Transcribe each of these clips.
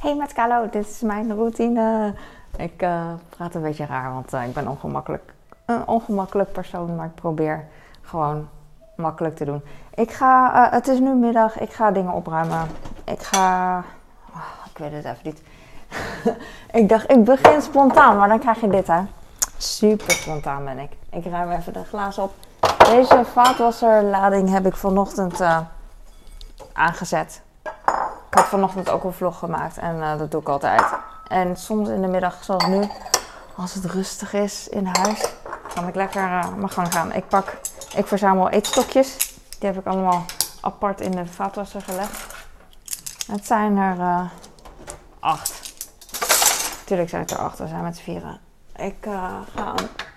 Hey met Carlo, dit is mijn routine. Ik praat een beetje raar, want ik ben een ongemakkelijk persoon, maar ik probeer gewoon makkelijk te doen. Het is nu middag, ik ga dingen opruimen. Ik weet het even niet. Ik dacht, ik begin spontaan, maar dan krijg je dit, hè. Super spontaan ben ik. Ik ruim even de glazen op. Deze vaatwasserlading heb ik vanochtend aangezet. Ik had vanochtend ook een vlog gemaakt en dat doe ik altijd. En soms in de middag, zoals nu, als het rustig is in huis, kan ik lekker mijn gang gaan. Ik verzamel eetstokjes. Die heb ik allemaal apart in de vaatwasser gelegd. Het zijn er 8. Tuurlijk zijn het er 8, we zijn met z'n 4. Ik ga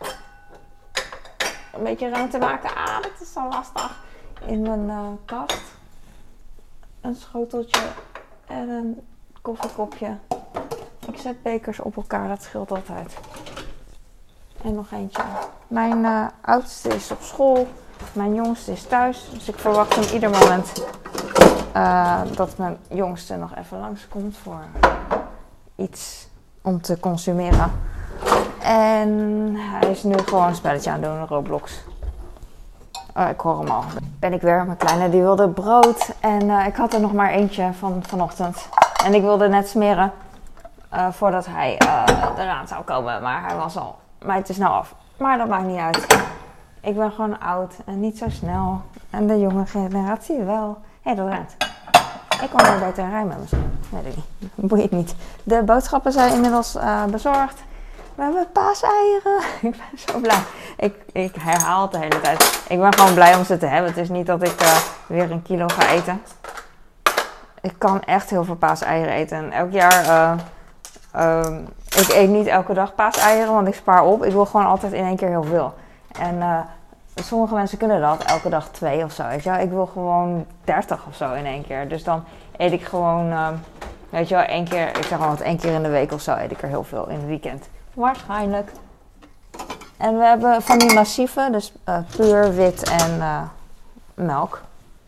een beetje ruimte maken. Dat is zo lastig. In mijn kast. Een schoteltje en een koffiekopje. Ik zet bekers op elkaar, dat scheelt altijd. En nog eentje. Mijn oudste is op school. Mijn jongste is thuis. Dus ik verwacht hem ieder moment dat mijn jongste nog even langskomt voor iets om te consumeren. En hij is nu gewoon een spelletje aan het doen, Roblox. Ik hoor hem al. Ben ik weer. Mijn kleine die wilde brood. En ik had er nog maar eentje van vanochtend. En ik wilde net smeren. Voordat hij eraan zou komen. Maar hij was al. Maar het is nou af. Maar dat maakt niet uit. Ik ben gewoon oud. En niet zo snel. En de jonge generatie wel. Hé, dat rent. Ik kon er beter rijmen misschien. Weet ik niet. Boeit niet. De boodschappen zijn inmiddels bezorgd. We hebben paaseieren. Ik ben zo blij. Ik herhaal het de hele tijd. Ik ben gewoon blij om ze te hebben. Het is niet dat ik weer 1 kilo ga eten. Ik kan echt heel veel paaseieren eten. En elk jaar... ik eet niet elke dag paaseieren, want ik spaar op. Ik wil gewoon altijd in 1 keer heel veel. En sommige mensen kunnen dat. Elke dag 2 of zo. Weet je wel? Ik wil gewoon 30 of zo in 1 keer. Dus dan eet ik gewoon... weet je wel, 1 keer... Ik zeg altijd 1 keer in de week of zo eet ik er heel veel in het weekend. Waarschijnlijk. En we hebben van die massieve, dus puur wit en melk.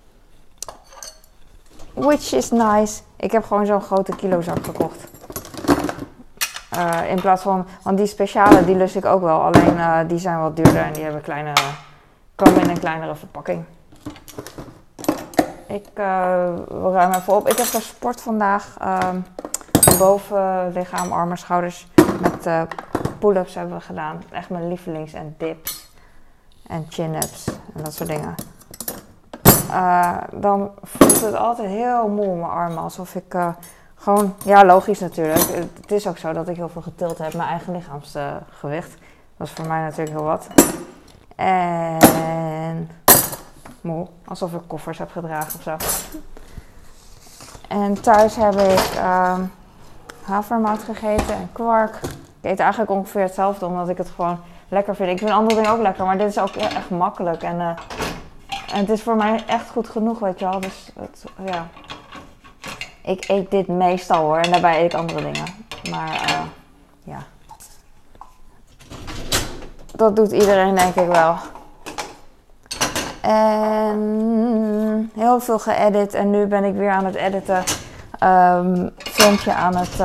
Which is nice. Ik heb gewoon zo'n grote kilozak gekocht. In plaats van, want die speciale die lust ik ook wel. Alleen die zijn wat duurder en die hebben komen in een kleinere verpakking. Ik ruim even op. Ik heb gesport vandaag. Boven lichaam, armen, schouders met pull-ups hebben we gedaan. Echt mijn lievelings en dips en chin-ups en dat soort dingen. Dan voelt het altijd heel moe mijn armen. Alsof ik gewoon, ja logisch natuurlijk. Het is ook zo dat ik heel veel getild heb. Mijn eigen lichaamsgewicht. Dat is voor mij natuurlijk heel wat. En moe. Alsof ik koffers heb gedragen of zo. En thuis heb ik havermout gegeten en kwark. Ik eet eigenlijk ongeveer hetzelfde, omdat ik het gewoon lekker vind. Ik vind andere dingen ook lekker, maar dit is ook echt makkelijk. En het is voor mij echt goed genoeg, weet je wel. Dus ja. Ik eet dit meestal hoor, en daarbij eet ik andere dingen. Maar ja. Dat doet iedereen denk ik wel. En heel veel geëdit en nu ben ik weer aan het editen. Filmpje aan het...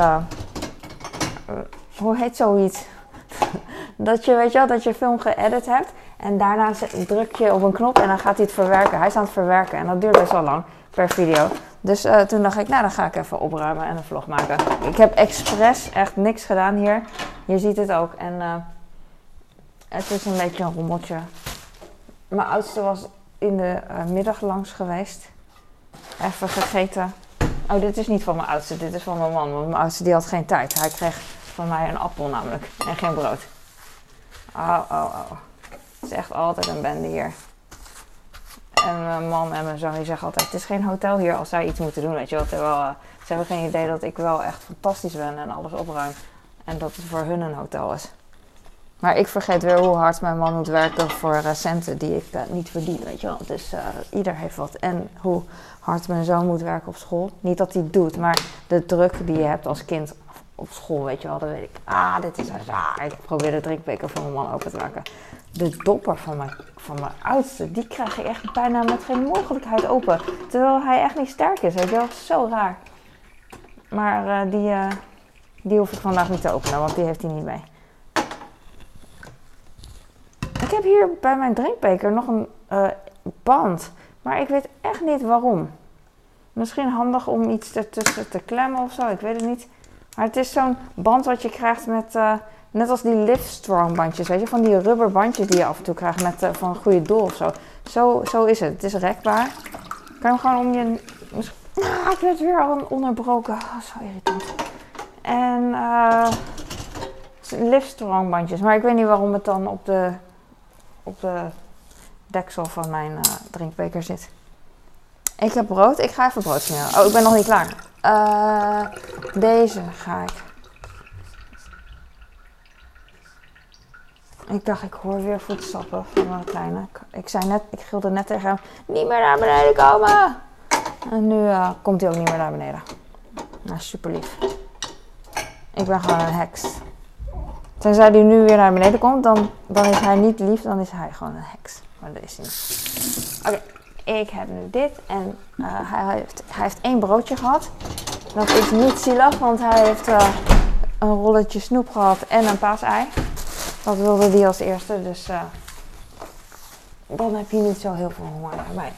hoe heet zoiets? Dat je, weet je wel, dat je film geëdit hebt. En daarna druk je op een knop en dan gaat hij het verwerken. Hij is aan het verwerken en dat duurt best wel lang per video. Dus toen dacht ik, nou dan ga ik even opruimen en een vlog maken. Ik heb expres echt niks gedaan hier. Je ziet het ook. En het is een beetje een rommeltje. Mijn oudste was in de middag langs geweest. Even gegeten. Oh, dit is niet van mijn oudste, dit is van mijn man. Want mijn oudste die had geen tijd. Hij kreeg van mij een appel namelijk. En geen brood. Oh. Het is echt altijd een bende hier. En mijn man en mijn zoon die zeggen altijd, het is geen hotel hier als zij iets moeten doen. Weet je wel, terwijl ze hebben geen idee dat ik wel echt fantastisch ben en alles opruim. En dat het voor hun een hotel is. Maar ik vergeet weer hoe hard mijn man moet werken voor centen die ik niet verdien, weet je wel. Dus ieder heeft wat. En hoe hard mijn zoon moet werken op school. Niet dat hij het doet, maar de druk die je hebt als kind op school, weet je wel. Dan weet ik, dit is raar. Ik probeer de drinkbeker van mijn man open te maken. De dopper van mijn oudste, die krijg ik echt bijna met geen mogelijkheid open. Terwijl hij echt niet sterk is, weet je wel. Zo raar. Maar die hoef ik vandaag niet te openen, want die heeft hij niet mee. Ik heb hier bij mijn drinkbeker nog een band. Maar ik weet echt niet waarom. Misschien handig om iets ertussen te klemmen of zo, ik weet het niet. Maar het is zo'n band wat je krijgt met, net als die Livestrong bandjes, weet je. Van die rubberbandjes die je af en toe krijgt met van een goede doel of zo. Zo is het. Het is rekbaar. Kan je hem gewoon om je... ik werd weer al onderbroken. Oh, zo irritant. En Livestrong bandjes. Maar ik weet niet waarom het dan op de deksel van mijn drinkbeker zit. Ik heb brood. Ik ga even brood smeren. Oh, ik ben nog niet klaar. Deze ga ik. Ik dacht, ik hoor weer voetstappen van een kleine. Ik gilde net tegen hem, niet meer naar beneden komen. En nu komt hij ook niet meer naar beneden. Nou, super lief. Ik ben gewoon een heks. Tenzij hij nu weer naar beneden komt, dan is hij niet lief, dan is hij gewoon een heks. Maar dat is hij niet. Oké, ik heb nu dit en hij heeft 1 broodje gehad. Dat is niet zielig, want hij heeft een rolletje snoep gehad en een paasei. Dat wilde hij als eerste, dus dan heb je niet zo heel veel honger daarbij.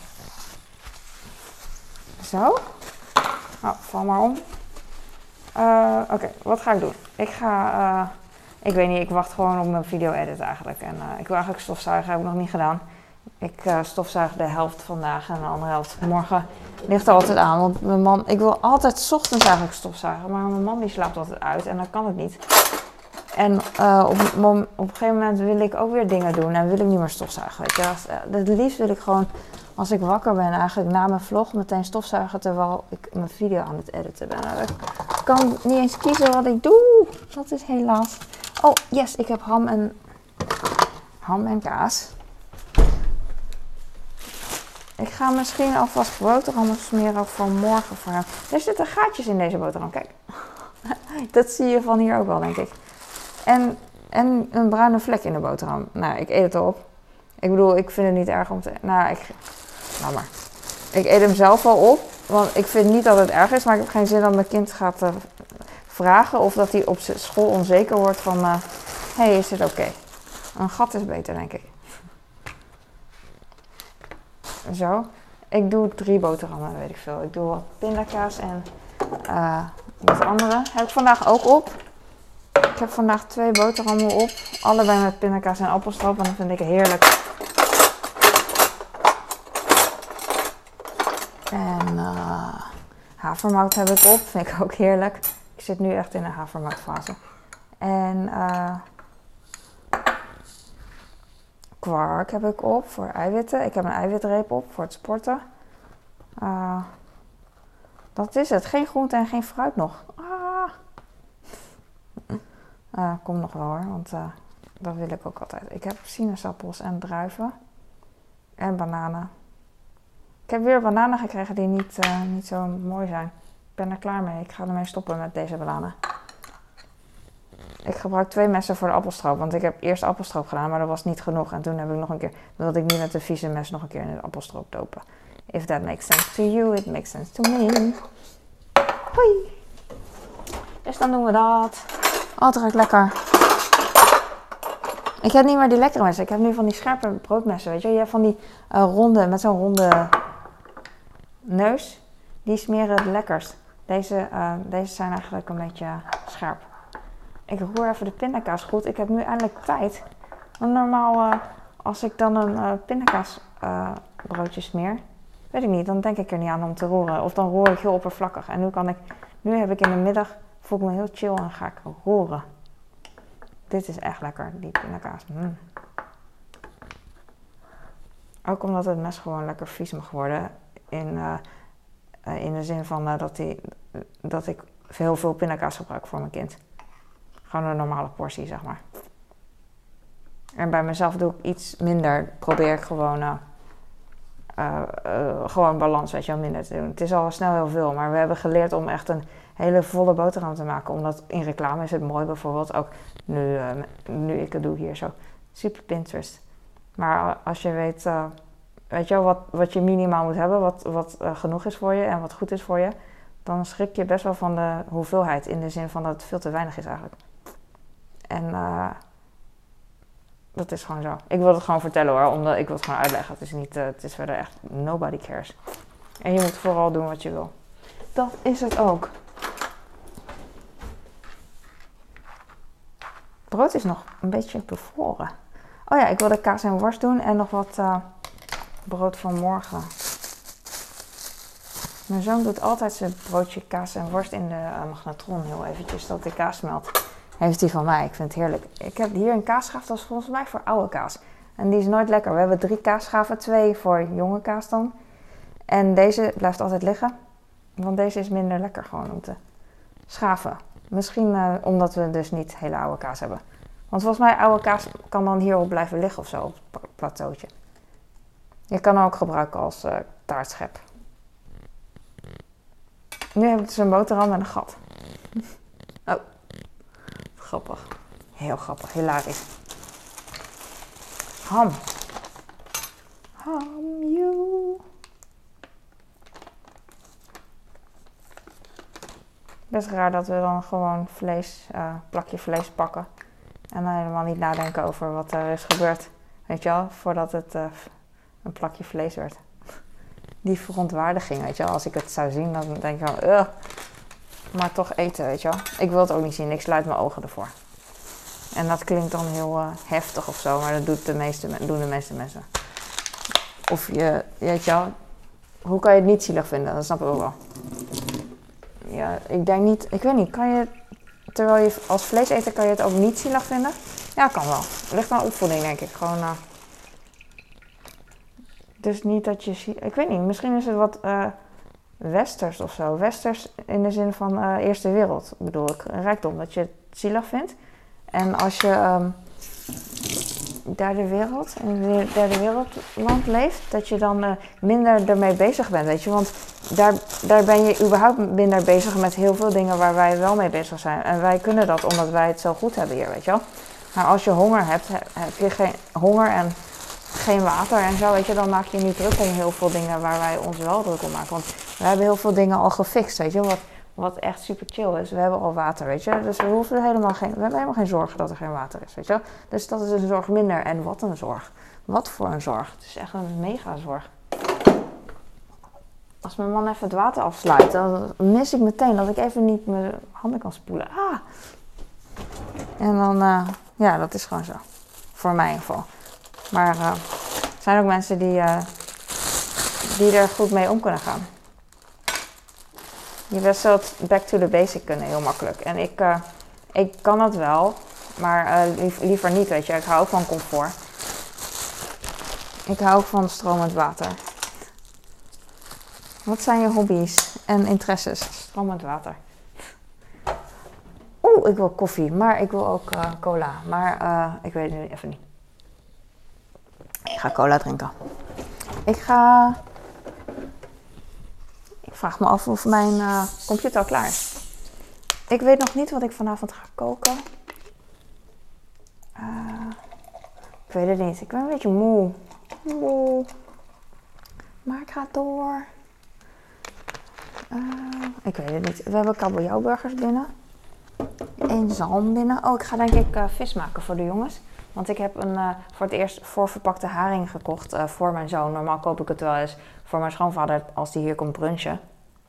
Zo. Oh, val maar om. Oké, wat ga ik doen? Ik weet niet, ik wacht gewoon op mijn video edit eigenlijk. En ik wil eigenlijk stofzuigen, heb ik nog niet gedaan. Ik stofzuig de helft vandaag en de andere helft morgen. Ligt er altijd aan, want mijn man... Ik wil altijd 's ochtends eigenlijk stofzuigen, maar mijn man die slaapt altijd uit en dan kan het niet. En op een gegeven moment wil ik ook weer dingen doen en wil ik niet meer stofzuigen. Weet je. Het liefst wil ik gewoon, als ik wakker ben, eigenlijk na mijn vlog meteen stofzuigen terwijl ik mijn video aan het editen ben. Ik kan niet eens kiezen wat ik doe. Dat is helaas. Oh, yes, ik heb ham en kaas. Ik ga misschien alvast boterhammen smeren voor morgen voor hem. Er zitten gaatjes in deze boterham, kijk. Dat zie je van hier ook wel, denk ik. En een bruine vlek in de boterham. Nou, ik eet het op. Ik bedoel, ik vind het niet erg om te... Nou, laat maar. Ik eet hem zelf wel op. Want ik vind niet dat het erg is. Maar ik heb geen zin dat mijn kind gaat vragen. Of dat hij op school onzeker wordt van... hey, is dit oké? Een gat is beter, denk ik. Zo. Ik doe 3 boterhammen, weet ik veel. Ik doe wat pindakaas en wat andere. Heb ik vandaag ook op. Ik heb vandaag 2 boterhammen op. Allebei met pindakaas en appelstroop. En dat vind ik heerlijk. En havermout heb ik op. Vind ik ook heerlijk. Ik zit nu echt in de havermoutfase. En kwark heb ik op voor eiwitten. Ik heb een eiwitreep op voor het sporten. Dat is het. Geen groente en geen fruit nog. Komt nog wel hoor, want dat wil ik ook altijd. Ik heb sinaasappels en druiven. En bananen. Ik heb weer bananen gekregen die niet zo mooi zijn. Ik ben er klaar mee. Ik ga ermee stoppen met deze bananen. Ik gebruik 2 messen voor de appelstroop. Want ik heb eerst appelstroop gedaan, maar dat was niet genoeg. En toen heb ik nog een keer... Dan wilde ik niet met de vieze mes nog een keer in de appelstroop dopen. If that makes sense to you, it makes sense to me. Hoi. Dus dan doen we dat. Oh, het ruikt lekker. Ik heb niet meer die lekkere messen. Ik heb nu van die scherpe broodmessen, weet je. Je hebt van die ronde, met zo'n ronde neus. Die smeren het lekkerst. Deze zijn eigenlijk een beetje scherp. Ik roer even de pindakaas goed. Ik heb nu eindelijk tijd. Want normaal, als ik dan een pindakaasbroodje smeer, weet ik niet, dan denk ik er niet aan om te roeren. Of dan roer ik heel oppervlakkig. En nu heb ik in de middag, voel ik me heel chill en ga ik roeren. Dit is echt lekker, die pindakaas. Ook omdat het mes gewoon lekker vies mag worden. In de zin van dat ik heel veel pindakaas gebruik voor mijn kind. Gewoon een normale portie, zeg maar. En bij mezelf doe ik iets minder. Probeer ik gewoon balans, weet je wel, minder te doen. Het is al snel heel veel, maar we hebben geleerd om echt een hele volle boterham te maken. Omdat in reclame is het mooi bijvoorbeeld. Ook nu ik het doe hier zo. Super Pinterest. Maar als je weet je wel wat je minimaal moet hebben. Wat genoeg is voor je en wat goed is voor je. dan schrik je best wel van de hoeveelheid. In de zin van dat het veel te weinig is eigenlijk. En dat is gewoon zo. Ik wil het gewoon vertellen hoor, omdat ik wil het gewoon uitleggen. Het is niet, het is verder echt nobody cares. En je moet vooral doen wat je wil. Dat is het ook. Brood is nog een beetje bevroren. Oh ja, ik wilde kaas en worst doen en nog wat brood van morgen. Mijn zoon doet altijd zijn broodje kaas en worst in de magnetron heel eventjes, dat de kaas smelt. Heeft hij van mij, ik vind het heerlijk. Ik heb hier een kaasschaaf, dat is volgens mij voor oude kaas. En die is nooit lekker. We hebben 3 kaasschaven, 2 voor jonge kaas dan. En deze blijft altijd liggen. Want deze is minder lekker gewoon om te schaven. Misschien omdat we dus niet hele oude kaas hebben. Want volgens mij oude kaas kan dan hierop blijven liggen of zo, op het plateautje. Je kan hem ook gebruiken als taartschep. Nu heb ik dus een boterham met een gat. Oh, grappig. Heel grappig, hilarisch. Ham. Ham, you. Best raar dat we dan gewoon plakje vlees pakken. En dan helemaal niet nadenken over wat er is gebeurd. Weet je wel, voordat het een plakje vlees werd. Die verontwaardiging, weet je wel. Als ik het zou zien, dan denk ik van, maar toch eten, weet je wel. Ik wil het ook niet zien, ik sluit mijn ogen ervoor. En dat klinkt dan heel heftig of zo, maar dat doen de meeste mensen. Of weet je wel, hoe kan je het niet zielig vinden? Dat snap ik ook wel. Ja, ik denk niet, ik weet niet, terwijl je als vleeseter kan je het ook niet zielig vinden? Ja, kan wel. Het ligt aan opvoeding, denk ik. Gewoon, dus niet dat je, ik weet niet, misschien is het wat westers of zo. Westers in de zin van eerste wereld, bedoel ik. Rijkdom, dat je het zielig vindt. En als je in een derde wereldland leeft, dat je dan minder ermee bezig bent, weet je. Want daar ben je überhaupt minder bezig met heel veel dingen waar wij wel mee bezig zijn. En wij kunnen dat omdat wij het zo goed hebben hier, weet je wel. Maar als je honger hebt, heb je geen honger en geen water en zo, weet je, dan maak je niet druk om heel veel dingen waar wij ons wel druk om maken. Want we hebben heel veel dingen al gefixt, weet je, wat echt super chill is. We hebben al water, weet je, dus we hebben helemaal geen zorgen dat er geen water is, weet je. Dus dat is een zorg minder. En wat een zorg. Wat voor een zorg. Het is echt een mega zorg. Als mijn man even het water afsluit, dan mis ik meteen dat ik even niet mijn handen kan spoelen. En dan, ja, dat is gewoon zo. Voor mij in ieder geval. Maar er zijn ook mensen die er goed mee om kunnen gaan. Je best wel back to the basic kunnen, heel makkelijk. En ik kan dat wel, maar liever niet, weet je. Ik hou ook van comfort. Ik hou ook van stromend water. Wat zijn je hobby's en interesses? Stromend water. Ik wil koffie, maar ik wil ook cola. Maar ik weet het nu even niet. Ik ga cola drinken. Ik vraag me af of mijn computer al klaar is. Ik weet nog niet wat ik vanavond ga koken. Ik weet het niet. Ik ben een beetje moe. Maar ik ga door. Ik weet het niet. We hebben kabeljauwburgers binnen. 1 zalm binnen. Ik ga denk ik vis maken voor de jongens. Want ik heb voor het eerst voorverpakte haring gekocht voor mijn zoon. Normaal koop ik het wel eens voor mijn schoonvader als die hier komt brunchen.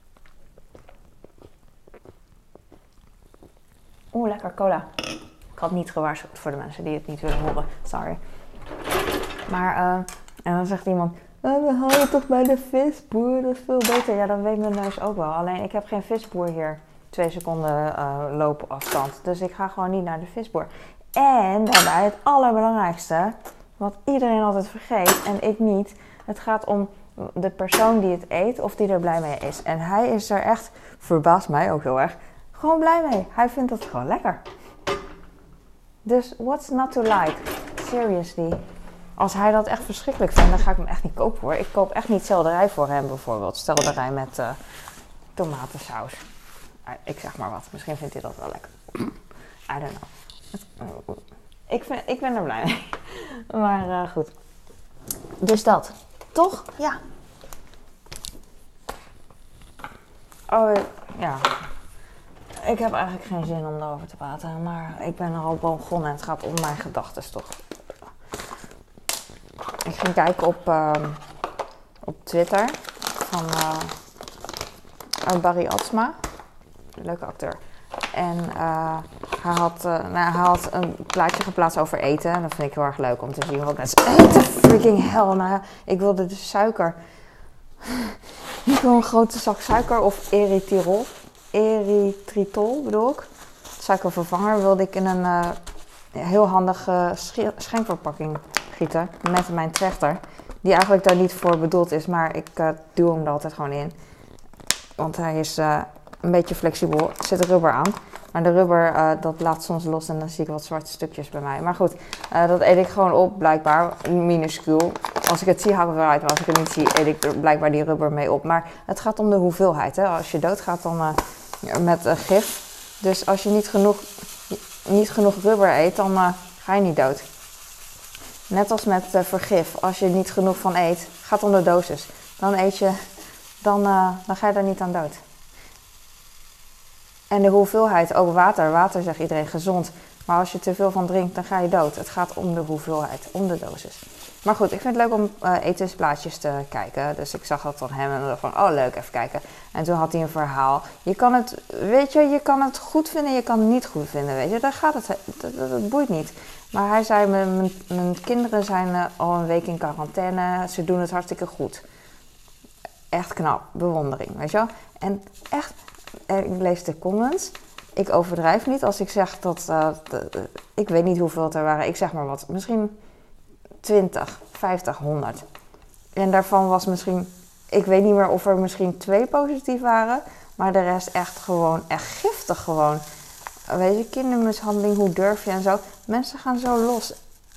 Lekker cola. Ik had niet gewaarschuwd voor de mensen die het niet willen horen. Sorry. Maar, en dan zegt iemand, we halen toch bij de visboer, dat is veel beter. Ja, dat weet mijn neus ook wel. Alleen ik heb geen visboer hier 2 seconden loopafstand. Dus ik ga gewoon niet naar de visboer. En daarbij het allerbelangrijkste, wat iedereen altijd vergeet en ik niet. Het gaat om de persoon die het eet of die er blij mee is. En hij is er echt, verbaast mij ook heel erg, gewoon blij mee. Hij vindt het gewoon lekker. Dus what's not to like? Seriously. Als hij dat echt verschrikkelijk vindt, dan ga ik hem echt niet kopen hoor. Ik koop echt niet selderij voor hem bijvoorbeeld. Selderij met tomatensaus. Ik zeg maar wat. Misschien vindt hij dat wel lekker. I don't know. Ik ben er blij mee. Maar goed. Dus dat. Toch? Ja. ja, ik heb eigenlijk geen zin om erover te praten. Maar ik ben er al begonnen en het gaat om mijn gedachten toch. Ik ging kijken op Twitter van Barry Atsma. Leuke acteur. En hij had een plaatje geplaatst over eten. En dat vind ik heel erg leuk om te zien wat mensen eten. Freaking hell. Nou ja, ik wilde dus suiker. Ik wil een grote zak suiker of erythritol bedoel ik. Suikervervanger wilde ik in een heel handige schenkverpakking gieten. Met mijn trechter. Die eigenlijk daar niet voor bedoeld is. Maar ik duw hem er altijd gewoon in. Want hij is een beetje flexibel. Er zit rubber aan. Maar de rubber dat laat soms los en dan zie ik wat zwarte stukjes bij mij. Maar goed, dat eet ik gewoon op blijkbaar. Minuscuul. Als ik het zie haal ik eruit. Maar als ik het niet zie eet ik er blijkbaar die rubber mee op. Maar het gaat om de hoeveelheid. Hè. Als je doodgaat dan met gif. Dus als je niet genoeg rubber eet dan ga je niet dood. Net als met vergif. Als je niet genoeg van eet, gaat om de dosis. Dan eet je, dan ga je daar niet aan dood. En de hoeveelheid, ook water. Water zegt iedereen gezond. Maar als je te veel van drinkt, dan ga je dood. Het gaat om de hoeveelheid, om de dosis. Maar goed, ik vind het leuk om etensplaatjes te kijken. Dus ik zag dat van hem en dacht van, oh leuk, even kijken. En toen had hij een verhaal. Je kan het goed vinden, je kan het niet goed vinden, weet je. Daar gaat het, dat boeit niet. Maar hij zei, mijn kinderen zijn al een week in quarantaine. Ze doen het hartstikke goed. Echt knap, bewondering, weet je wel. En echt, ik lees de comments. Ik overdrijf niet als ik zeg dat, ik weet niet hoeveel het er waren. Ik zeg maar wat, misschien 20, 50, 100. En daarvan was misschien, ik weet niet meer of er misschien 2 positief waren. Maar de rest echt giftig gewoon. Weet je, kindermishandeling, hoe durf je en zo. Mensen gaan zo los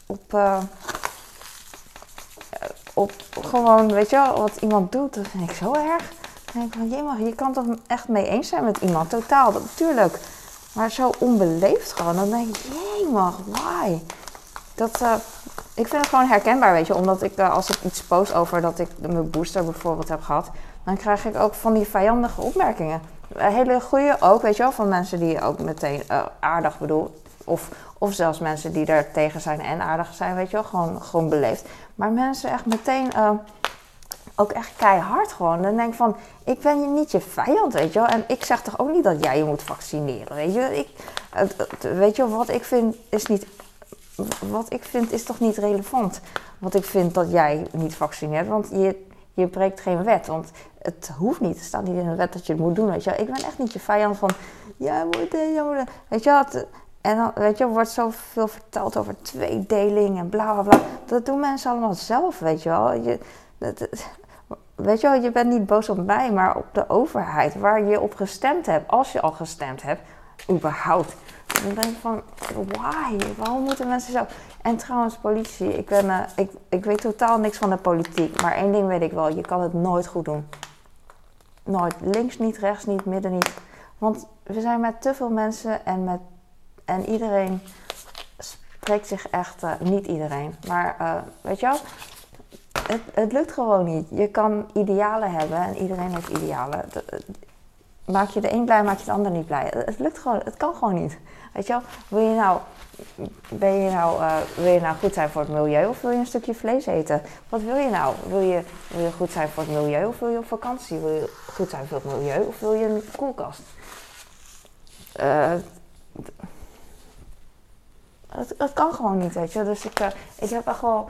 op gewoon, weet je wel, wat iemand doet. Dat vind ik zo erg. Dan denk ik van, je kan toch echt mee eens zijn met iemand. Totaal, natuurlijk. Maar zo onbeleefd gewoon. Dan denk ik, why? Ik vind het gewoon herkenbaar, weet je. Omdat ik, als ik iets post over dat ik mijn booster bijvoorbeeld heb gehad. Dan krijg ik ook van die vijandige opmerkingen. Hele goede ook, weet je wel. Van mensen die ook meteen aardig bedoel. Of zelfs mensen die er tegen zijn en aardig zijn, weet je wel. Gewoon beleefd. Maar mensen echt meteen ook echt keihard gewoon. Dan denk ik van, ik ben je niet je vijand, weet je wel. En ik zeg toch ook niet dat jij je moet vaccineren, weet je. Weet je, wat ik vind is toch niet relevant. Wat ik vind dat jij niet vaccineert, want je breekt geen wet. Want het hoeft niet, het staat niet in de wet dat je het moet doen, weet je wel. Ik ben echt niet je vijand van, jij moet dit, weet je wel. En dan, weet je, er wordt zoveel verteld over tweedeling en bla bla bla. Dat doen mensen allemaal zelf, weet je wel. Weet je wel, je bent niet boos op mij, maar op de overheid waar je op gestemd hebt. Als je al gestemd hebt, überhaupt. En dan denk ik van, why? Waarom moeten mensen zo? En trouwens, politie, ik weet totaal niks van de politiek. Maar één ding weet ik wel, je kan het nooit goed doen. Nooit. Links niet, rechts niet, midden niet. Want we zijn met te veel mensen en iedereen spreekt zich echt, niet iedereen. Maar weet je wel, het lukt gewoon niet. Je kan idealen hebben en iedereen heeft idealen. Maak je de een blij, maak je de ander niet blij. Het lukt gewoon, het kan gewoon niet. Weet je wel, wil je nou goed zijn voor het milieu of wil je een stukje vlees eten? Wat wil je nou? Wil je goed zijn voor het milieu of wil je op vakantie? Wil je goed zijn voor het milieu of wil je een koelkast? Het kan gewoon niet, weet je. Dus ik heb echt wel...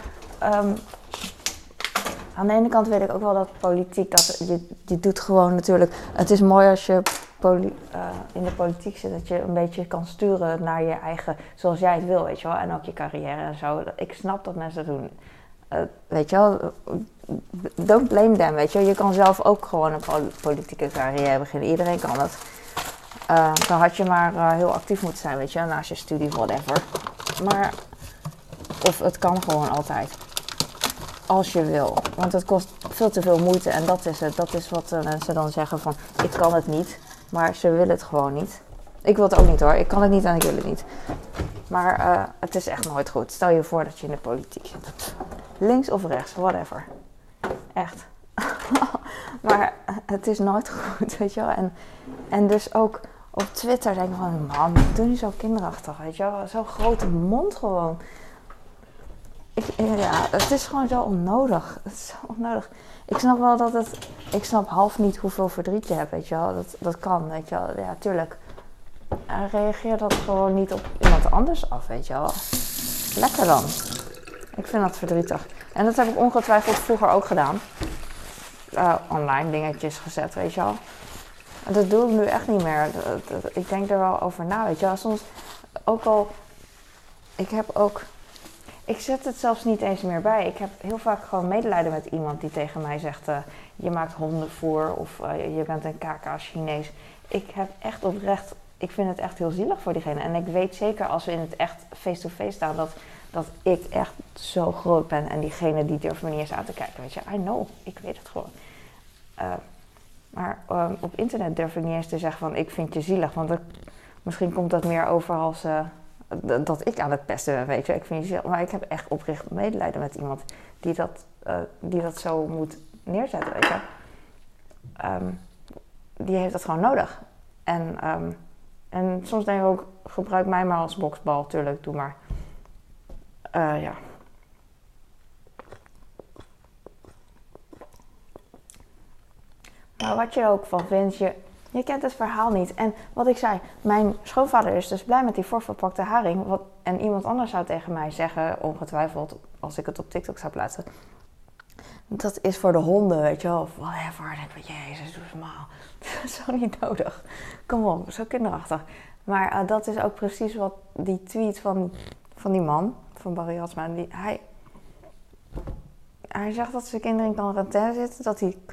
aan de ene kant weet ik ook wel dat politiek, dat je doet gewoon natuurlijk... Het is mooi als je in de politiek zit, dat je een beetje kan sturen naar je eigen... Zoals jij het wil, weet je wel. En ook je carrière en zo. Ik snap dat mensen dat doen. Weet je wel, don't blame them, weet je wel. Je kan zelf ook gewoon een politieke carrière beginnen. Iedereen kan het. Dan had je maar heel actief moeten zijn, weet je, naast je studie, whatever. Maar, of het kan gewoon altijd. Als je wil. Want het kost veel te veel moeite en dat is het. Dat is wat mensen dan zeggen van, ik kan het niet. Maar ze willen het gewoon niet. Ik wil het ook niet hoor. Ik kan het niet en ik wil het niet. Maar het is echt nooit goed. Stel je voor dat je in de politiek zit. Links of rechts, whatever. Echt. Maar het is nooit goed, weet je wel. En dus ook op Twitter denk ik van, man, doe niet zo kinderachtig, weet je wel. Zo'n grote mond gewoon. Het is gewoon zo onnodig. Het is zo onnodig. Ik snap wel dat ik snap half niet hoeveel verdriet je hebt, weet je wel. Dat kan, weet je wel. Ja, tuurlijk. Reageer dat gewoon niet op iemand anders af, weet je wel. Lekker dan. Ik vind dat verdrietig. En dat heb ik ongetwijfeld vroeger ook gedaan. Online dingetjes gezet, weet je wel. Dat doe ik nu echt niet meer. Ik denk er wel over na, weet je wel. Soms ook al... Ik zet het zelfs niet eens meer bij. Ik heb heel vaak gewoon medelijden met iemand die tegen mij zegt... je maakt hondenvoer of je bent een kaka Chinees. Ik heb echt oprecht... Ik vind het echt heel zielig voor diegene. En ik weet zeker als we in het echt face-to-face staan... dat ik echt zo groot ben. En diegene die durft me niet eens aan te kijken. Weet je, I know. Ik weet het gewoon. Maar op internet durf ik niet eens te zeggen van... ik vind je zielig. Want misschien komt dat meer over als... dat ik aan het pesten ben, weet je. Ik vind je zielig. Maar ik heb echt oprecht medelijden met iemand... die dat zo moet neerzetten, weet je. Die heeft dat gewoon nodig. En soms denk ik ook... gebruik mij maar als boksbal. Tuurlijk, doe maar. Ja. Maar wat je er ook van vindt, je kent het verhaal niet. En wat ik zei, mijn schoonvader is dus blij met die voorverpakte haring. En iemand anders zou tegen mij zeggen, ongetwijfeld, als ik het op TikTok zou plaatsen. Dat is voor de honden, weet je wel. Of whatever. Dan denk ik, jezus, doe eens normaal. Dat is zo niet nodig. Kom op, zo kinderachtig. Maar dat is ook precies wat die tweet van die man, van Barry Hatsma. Hij zegt dat zijn kinderen in quarantaine zitten.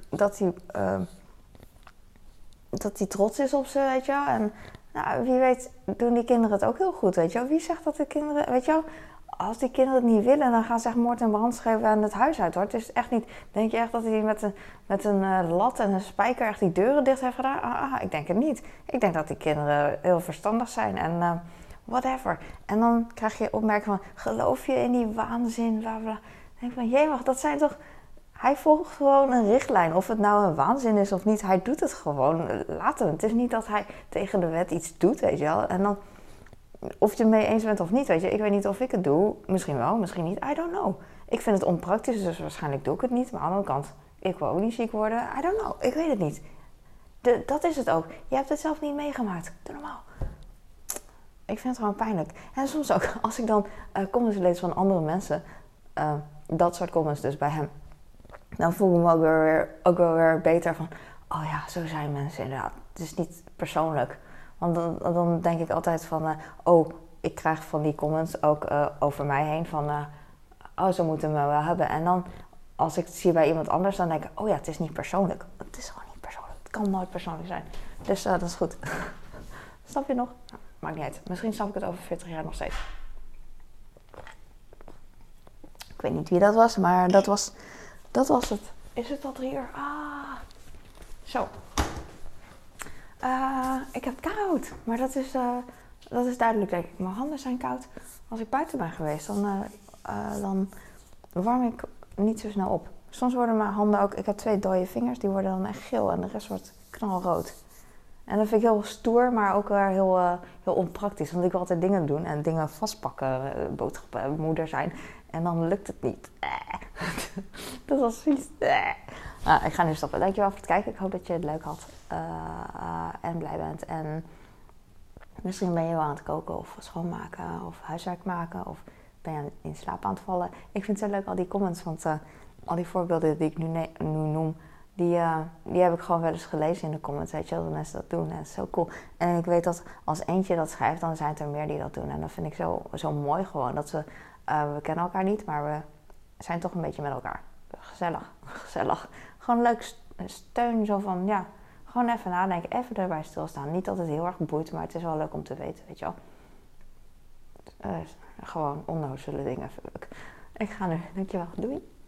Dat hij trots is op ze, weet je wel. En nou, wie weet doen die kinderen het ook heel goed, weet je wel. Wie zegt dat de kinderen, weet je wel. Als die kinderen het niet willen, dan gaan ze echt moord en brand schrijven aan het huis uit, hoor. Het is echt niet... Denk je echt dat hij met een lat en een spijker echt die deuren dicht heeft gedaan? Ik denk het niet. Ik denk dat die kinderen heel verstandig zijn en whatever. En dan krijg je opmerkingen van... Geloof je in die waanzin? Bla bla. Dan denk ik van, jee, dat zijn toch... Hij volgt gewoon een richtlijn. Of het nou een waanzin is of niet, hij doet het gewoon. Laat hem. Het is niet dat hij tegen de wet iets doet, weet je wel. En dan, of je het mee eens bent of niet, weet je. Ik weet niet of ik het doe. Misschien wel, misschien niet. I don't know. Ik vind het onpraktisch, dus waarschijnlijk doe ik het niet. Maar aan de andere kant, ik wil ook niet ziek worden. I don't know. Ik weet het niet. Dat is het ook. Je hebt het zelf niet meegemaakt. Doe normaal. Ik vind het gewoon pijnlijk. En soms ook, als ik dan comments lees van andere mensen. Dat soort comments dus bij hem. Dan voel ik me ook wel weer beter van... Oh ja, zo zijn mensen inderdaad. Het is niet persoonlijk. Want dan denk ik altijd van... ik krijg van die comments ook over mij heen van... zo moeten we me wel hebben. En dan, als ik het zie bij iemand anders... dan denk ik, oh ja, het is niet persoonlijk. Het is gewoon niet persoonlijk. Het kan nooit persoonlijk zijn. Dus dat is goed. Snap je nog? Nou, maakt niet uit. Misschien snap ik het over 40 jaar nog steeds. Ik weet niet wie dat was, maar dat was het. Is het al 3 uur? Zo. Ik heb het koud. Maar dat is duidelijk, denk ik. Mijn handen zijn koud. Als ik buiten ben geweest, dan warm ik niet zo snel op. Soms worden mijn handen ook... Ik heb 2 dode vingers, die worden dan echt geel. En de rest wordt knalrood. En dat vind ik heel stoer, maar ook weer heel onpraktisch. Want ik wil altijd dingen doen en dingen vastpakken. Boodschappen, moeder zijn. En dan lukt het niet. Dat was vies. Ik ga nu stoppen. Dankjewel voor het kijken. Ik hoop dat je het leuk had. En blij bent. En misschien ben je wel aan het koken of schoonmaken of huiswerk maken. Of ben je in slaap aan het vallen. Ik vind het zo leuk, al die comments. Want al die voorbeelden die ik nu noem... Die heb ik gewoon wel eens gelezen in de comments. Weet je wel, dat mensen dat doen. En dat is zo cool. En ik weet dat als eentje dat schrijft, dan zijn het er meer die dat doen. En dat vind ik zo mooi gewoon. Dat we kennen elkaar niet, maar we zijn toch een beetje met elkaar. Gezellig. Gewoon leuk steun. Zo van, ja, gewoon even nadenken. Even erbij stilstaan. Niet dat het heel erg boeit, maar het is wel leuk om te weten, weet je wel. Gewoon onnozele dingen. Ik ga nu. Dankjewel. Doei.